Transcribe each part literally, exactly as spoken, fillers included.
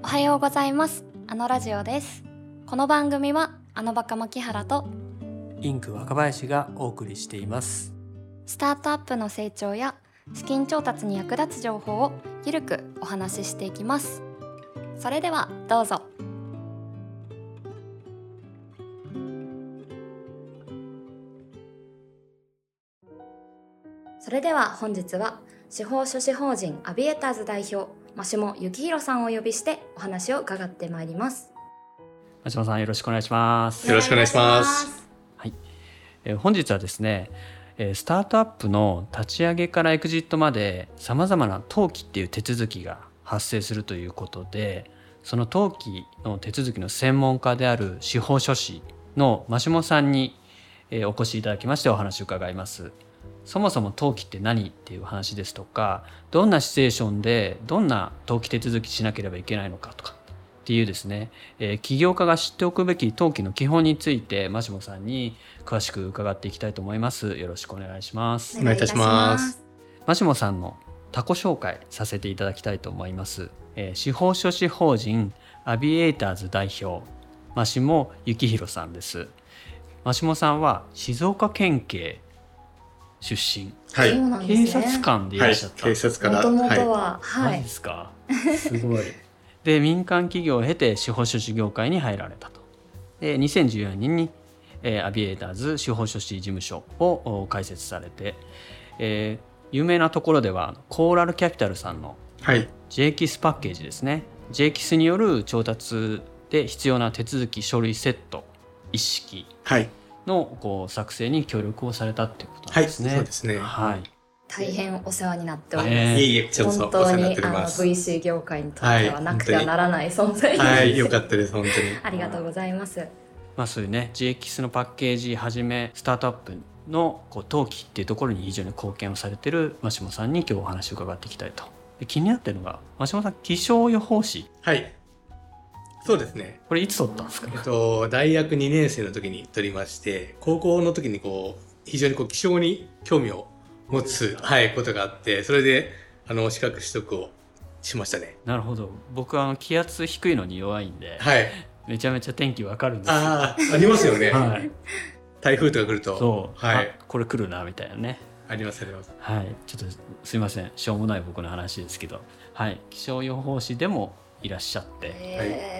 おはようございます。あのラジオです。この番組はあのバカ牧原とインク若林がお送りしています。 スタートアップの成長や資金調達に役立つ情報をゆるくお話ししていきます。それではどうぞ。それでは本日は司法書士法人アビエーターズ代表真下幸宏さんをお呼びしてお話を伺ってまいります。 真下さん、よろしくお願いします。 よろしくお願いします。 はい、えー、本日はですね、えー、スタートアップの立ち上げからエクジットまでさまざまな登記っていう手続きが発生するということで、その登記の手続きの専門家である司法書士の真下さんに、えー、お越しいただきましてお話を伺います。そもそも登記って何っていう話ですとか、どんなシチュエーションでどんな登記手続きしなければいけないのかとかっていうですね、えー、起業家が知っておくべき登記の基本について真下さんに詳しく伺っていきたいと思います。よろしくお願いします。 お願いいたします。 真下さんの他己紹介させていただきたいと思います。えー、司法書士法人アビエーターズ代表真下幸宏さんです。真下さんは静岡県警出身、 はい、 ね、 警察官でいらっしゃった、 はい、警察からもともとは、はい、 マジですか。すごい。で、民間企業を経て司法書士業界に入られたと。で、にせんじゅうよねんに、えー、アビエーターズ司法書士事務所を開設されて、えー、有名なところではコーラルキャピタルさんの ジェイキス パッケージですね、ジェイキス による調達で必要な手続き書類セット一式、はいのこう作成に協力をされたっていうことなんですね。 はい、そうですね。 はい。 大変お世話になっております。 えー、いえいえ、ちょっと本当にあの ブイシー 業界にとってはなくてはならない存在です。 はい、よかったです、本当に。 ありがとうございます。 まあそういうね、ジェイキス のパッケージはじめスタートアップのこう登記っていうところに非常に貢献をされている真下さんに今日お話を伺っていきたいと。で、気になってるのが真下さん、気象予報士。 はい。そうですね。 これいつ取ったんですか？ えっと、大学にねん生の時に取りまして、高校の時にこう非常にこう気象に興味を持つ、はい、ことがあって、それであの資格取得をしましたね。 なるほど。僕はあの気圧低いのに弱いんで、はい、めちゃめちゃ天気わかるんですよ。 ああ、ありますよね。はい、台風とか来ると、 そう、 はい、 これ来るなみたいなね。 ありますあります。 はい、ちょっとすいません、しょうもない僕の話ですけど、はい、気象予報士でもいらっしゃって、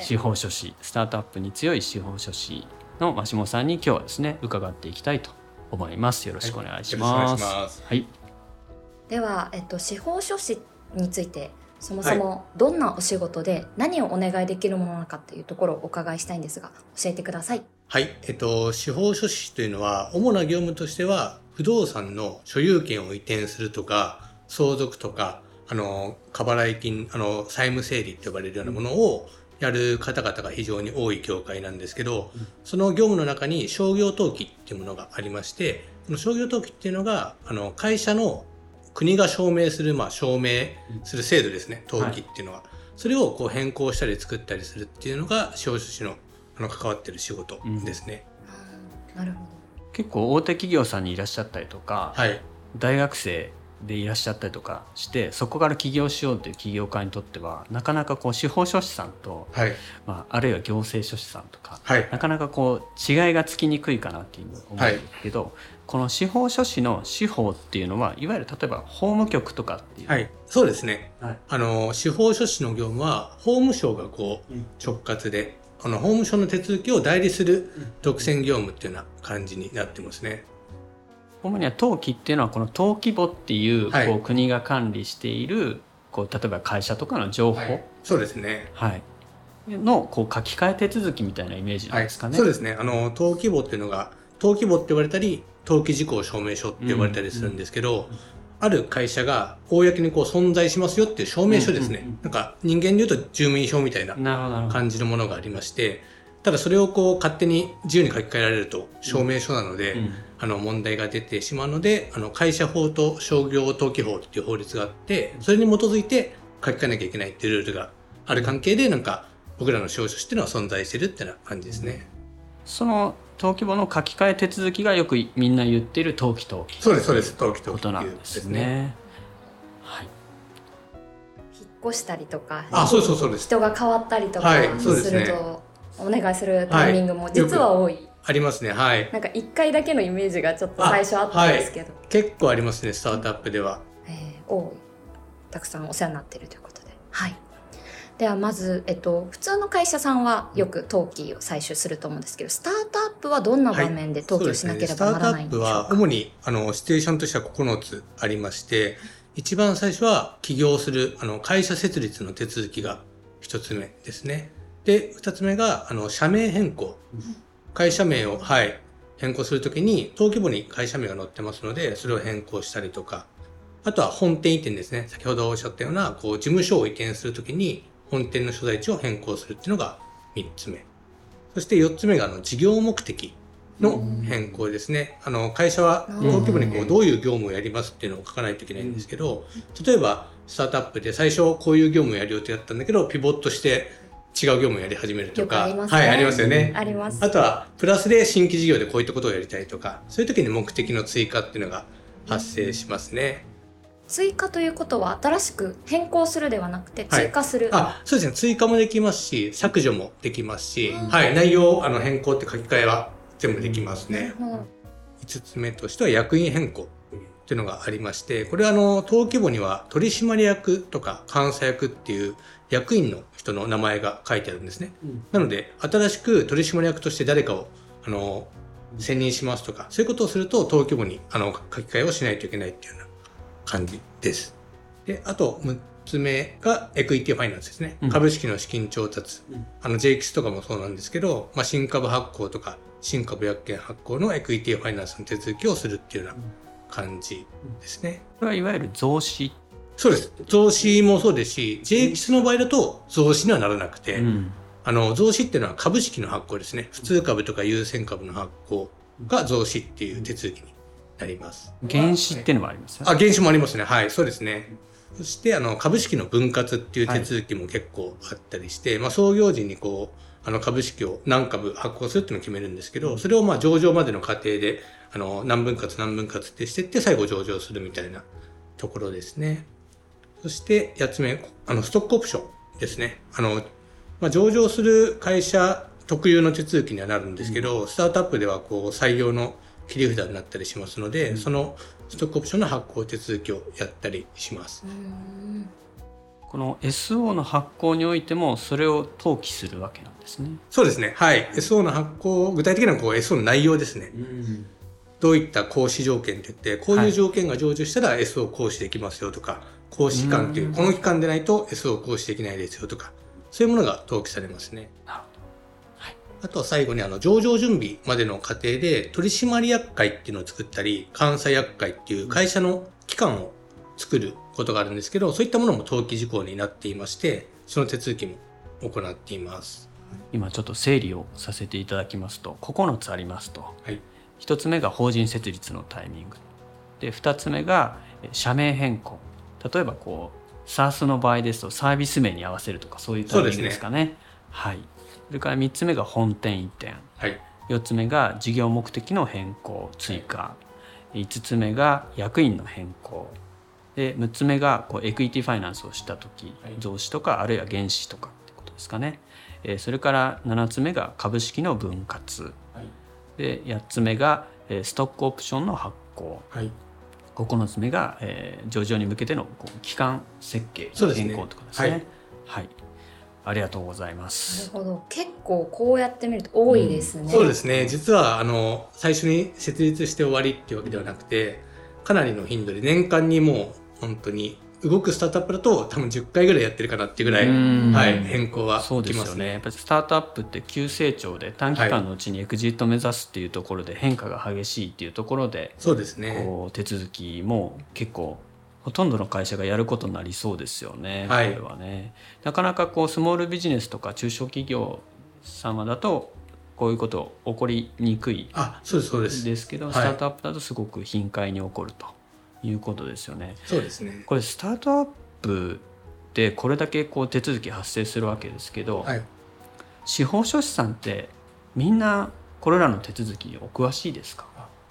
司法書士、スタートアップに強い司法書士の真下さんに今日はですね伺っていきたいと思います。よろしくお願いします。はい、はい、 では、えっと、司法書士についてそもそもどんなお仕事で何をお願いできるものなのかっていうところをお伺いしたいんですが、教えてください。 はい、えっと、司法書士というのは主な業務としては不動産の所有権を移転するとか相続とかあの過払い金、あの債務整理と呼ばれるようなものをやる方々が非常に多い業界なんですけど、うん、その業務の中に商業登記っていうものがありまして、この商業登記っていうのがあの会社の国が証明する、まあ、証明する制度ですね、登記っていうのは、はい、それをこう変更したり作ったりするっていうのが司法書士のあの関わってる仕事ですね。 うん、なるほど。 結構大手企業さんにいらっしゃったりとか、はい、大学生でいらっしゃったりとかして、そこから起業しようという起業家にとってはなかなかこう司法書士さんと、はい、まあ、あるいは行政書士さんとか、はい、なかなかこう違いがつきにくいかなっていう思うんですけど、はい、この司法書士の司法っていうのはいわゆる例えば法務局とかっていう、 はい、そうですね、はい、あの司法書士の業務は法務省がこう直轄で、あの法務省の手続きを代理する独占業務っていうような感じになってますね。 主には登記っていうのはこの登記簿っていう、はい、こう国が管理しているこう例えば会社とかの情報、はい、 そうですね、 はい、のこう書き換え手続きみたいなイメージなんですかね。 はい、そうですね。あの登記簿っていうのが登記簿って言われたり登記事項証明書って呼ばれたりするんですけど、うんうん、ある会社が公にこう存在しますよっていう証明書ですね、うんうんうん、なんか人間でいうと住民票みたいな感じのものがありまして、ただそれをこう勝手に自由に書き換えられると証明書なので、うんうん、あの問題が出てしまうので、あの会社法と商業登記法っていう法律があって、それに基づいて書き換えなきゃいけないっていうルールがある関係で、なんか僕らの司法書士っていうのは存在してるっていうような感じですね。 その登記簿の書き換え手続きがよくみんな言っている登記登記。 そうですそうです、登記登記ことなんですね。はい。 筆越したりとか、 あ、そうそうそうです。 人が変わったりとかはいそうですねすると、お願いするタイミングも実は多い、はい、 ありますね。はい。 なんかいっかいだけのイメージがちょっと最初あったんですけど、はい、 結構ありますね、スタートアップでは。 えー、多い。たくさんお世話になっているということで、はい。ではまず、えっと、普通の会社さんはよく登記を採取すると思うんですけど、スタートアップはどんな場面で登記をしなければならないんでしょうか。 はい、スタートアップは主にあのシチュエーションとしてはここのつありまして、一番最初は起業するあの会社設立の手続きが一つ目ですね。で、二つ目があの社名変更。会社名を、はい、変更するときに登記簿に会社名が載ってますので、それを変更したりとか、あとは本店移転ですね。先ほどおっしゃったようなこう事務所を移転するときに本店の所在地を変更するっていうのがみっつめ。そしてよっつめがあの事業目的の変更ですね。あの会社は登記簿にこうどういう業務をやりますっていうのを書かないといけないんですけど、例えばスタートアップで最初こういう業務をやる予定だったんだけど、ピボットして違う業務をやり始めるとか、 ありますね、 はい、ありますよね。 あります。 あとはプラスで新規事業でこういったことをやりたいとか、そういう時に目的の追加っていうのが発生しますね。 追加ということは新しく変更するではなくて追加する、 はい、あ、そうですね。追加もできますし、削除もできますし、はい、内容あの変更って書き換えは全部できますね。いつつめとしては役員変更というのがありまして、これはあの登記簿には取締役とか監査役っていう役員の人の名前が書いてあるんですね。うん、なので新しく取締役として誰かをあの選任しますとか、そういうことをすると登記簿にあの書き換えをしないといけないっていうような感じです。で、あとむっつめがエクイティファイナンスですね。うん、株式の資金調達。うん、あの ジェイエックス とかもそうなんですけど、まあ、新株発行とか新株薬券発行のエクイティファイナンスの手続きをするっていうような感じですね。 これはいわゆる増資。 そうです。増資もそうですし、ジェイエックス の場合だと増資にはならなくて、うん、あの増資っていうのは株式の発行ですね。普通株とか優先株の発行が増資っていう手続きになります。 原資っていうのもありますよね。 あ、原資もありますね。はい、そうですね。そしてあの株式の分割っていう手続きも結構あったりして、はい、まあ創業時にこうあの株式を何株発行するっていうのを決めるんですけど、それをまあ上場までの過程であの何分割何分割ってしてって最後上場するみたいなところですね。そしてやっつめ、あのストックオプションですね。あのまあ上場する会社特有の手続きにはなるんですけど、うん、スタートアップではこう採用の切り札になったりしますので、うん、そのストックオプションの発行手続きをやったりします。 この エスオー の発行においてもそれを登記するわけなんですね。 そうですね。はい。エスオー の発行、具体的なこう エスオー の内容ですね。うん、どういった行使条件って言って、こういう条件が成就したら エスオー 行使できますよとか、行使期間っていう、この期間でないと エスオー 行使できないですよとか、そういうものが登記されますね。あとは最後にあの上場準備までの過程で取締役会っていうのを作ったり、監査役会っていう会社の機関を作ることがあるんですけど、そういったものも登記事項になっていまして、その手続きも行っています。 今ちょっと整理をさせていただきますと、ここのつありますと、 はい、 ひとつめが法人設立のタイミングで、ふたつめが社名変更。例えばこう SaaS の場合ですとサービス名に合わせるとか、そういうタイミングですかね。ね、はい。それからみっつめが本店移転、 はい、 よっつめが事業目的の変更追加、はい、いつつめが役員の変更で、むっつめがこうエクイティファイナンスをした時、はい、増資とかあるいは減資とかってことですかね。えー、それからななつめが株式の分割、はい、でやっつめが、えー、ストックオプションの発行、 はい、 ここのつめが、えー、上場に向けてのこう期間設計の変更とかですね。はいはい、ありがとうございます。 なるほど。結構こうやってみると多いですね。 うん、そうですね。実はあの最初に設立して終わりっていうわけではなくて、かなりの頻度で年間にもう本当に動くスタートアップだと多分じゅっかいぐらいやってるかなっていうぐらい、はい、変更はきますね。 そうですよね。やっぱりスタートアップって急成長で短期間のうちにエクジットを目指すっていうところで変化が激しいっていうところで、はい、 そうですね。 こう手続きも結構ほとんどの会社がやることになりそうですよね。 はい、 これはね、なかなかこうスモールビジネスとか中小企業様だとこういうこと起こりにくいですけど、スタートアップだとすごく頻回に起こるということですよね。 そうですね。 これスタートアップでこれだけこう手続き発生するわけですけど、 はい、 司法書士さんってみんなこれらの手続きにお詳しいですか？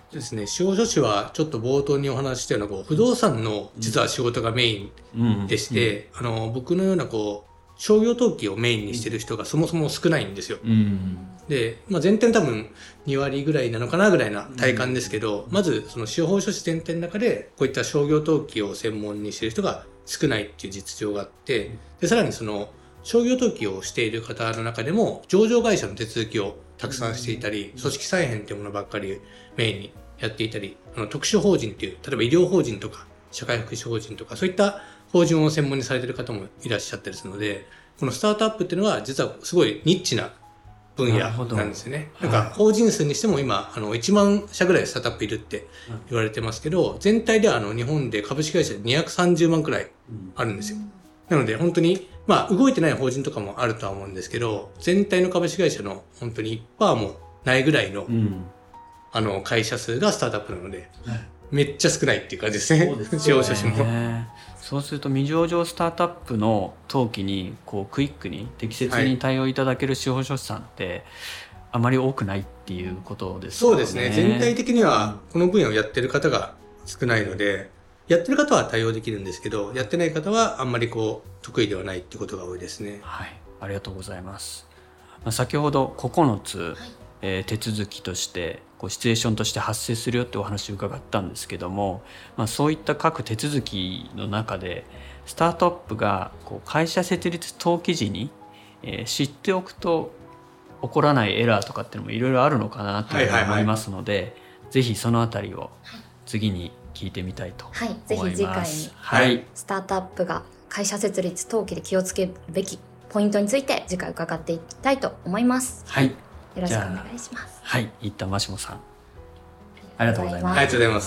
ですね、司法書士はちょっと冒頭にお話ししたようなこう不動産の実は仕事がメインでして、うんうんうん、あの僕のようなこう商業登記をメインにしてる人がそもそも少ないんですよ。うん、で、まあ、全体多分に割ぐらいなのかなぐらいな体感ですけど、うん、まずその司法書士全体の中でこういった商業登記を専門にしてる人が少ないっていう実情があって、でさらにその商業登記をしている方の中でも上場会社の手続きをたくさんしていたり、組織再編っていうものばっかりメインにやっていたり、あの特殊法人っていう、例えば医療法人とか社会福祉法人とかそういった法人を専門にされている方もいらっしゃったりするので、このスタートアップっていうのは実はすごいニッチな分野なんですよね。な, なんか法人数にしても今あのいちまん社ぐらいスタートアップいるって言われてますけど、全体ではあの日本で株式会社でにひゃくさんじゅうまんくらいあるんですよ。なので本当にまあ動いてない法人とかもあるとは思うんですけど、全体の株式会社の本当に いちパーセント もないぐらいの、うん、あの会社数がスタートアップなので、はい、めっちゃ少ないっていう感じですね。司法書士も。 そうすると未上場スタートアップの登記にこうクイックに適切に対応いただける司法書士さんってあまり多くないっていうことですよね。 そうですね。全体的にはこの分野をやってる方が少ないので、やってる方は対応できるんですけど、やってない方はあんまりこう得意ではないってことが多いですね。 はい、ありがとうございます。まあ、先ほどここのつ、はい、えー、手続きとしてこうシチュエーションとして発生するよってお話を伺ったんですけども、まあ、そういった各手続きの中でスタートアップがこう会社設立登記時に、えー、知っておくと起こらないエラーとかっていうのもいろいろあるのかなというふうに思いますので、はいはいはい、ぜひそのあたりを次に聞いてみたいと思います。 はい、ぜひ次回に、はい、スタートアップが会社設立登記で気をつけるべきポイントについて次回伺っていきたいと思います。 はい、 よろしくお願いします。 はい、一旦マシモさんありがとうございます。 ありがとうございます。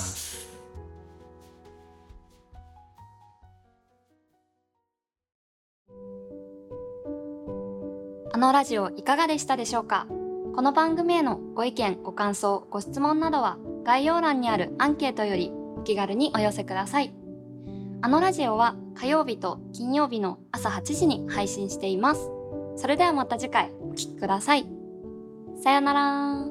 あのラジオいかがでしたでしょうか。この番組へのご意見、ご感想、ご質問などは概要欄にあるアンケートよりお気軽にお寄せください。あのラジオは火曜日と金曜日の朝はちじに配信しています。それではまた次回お聞きください。さよなら。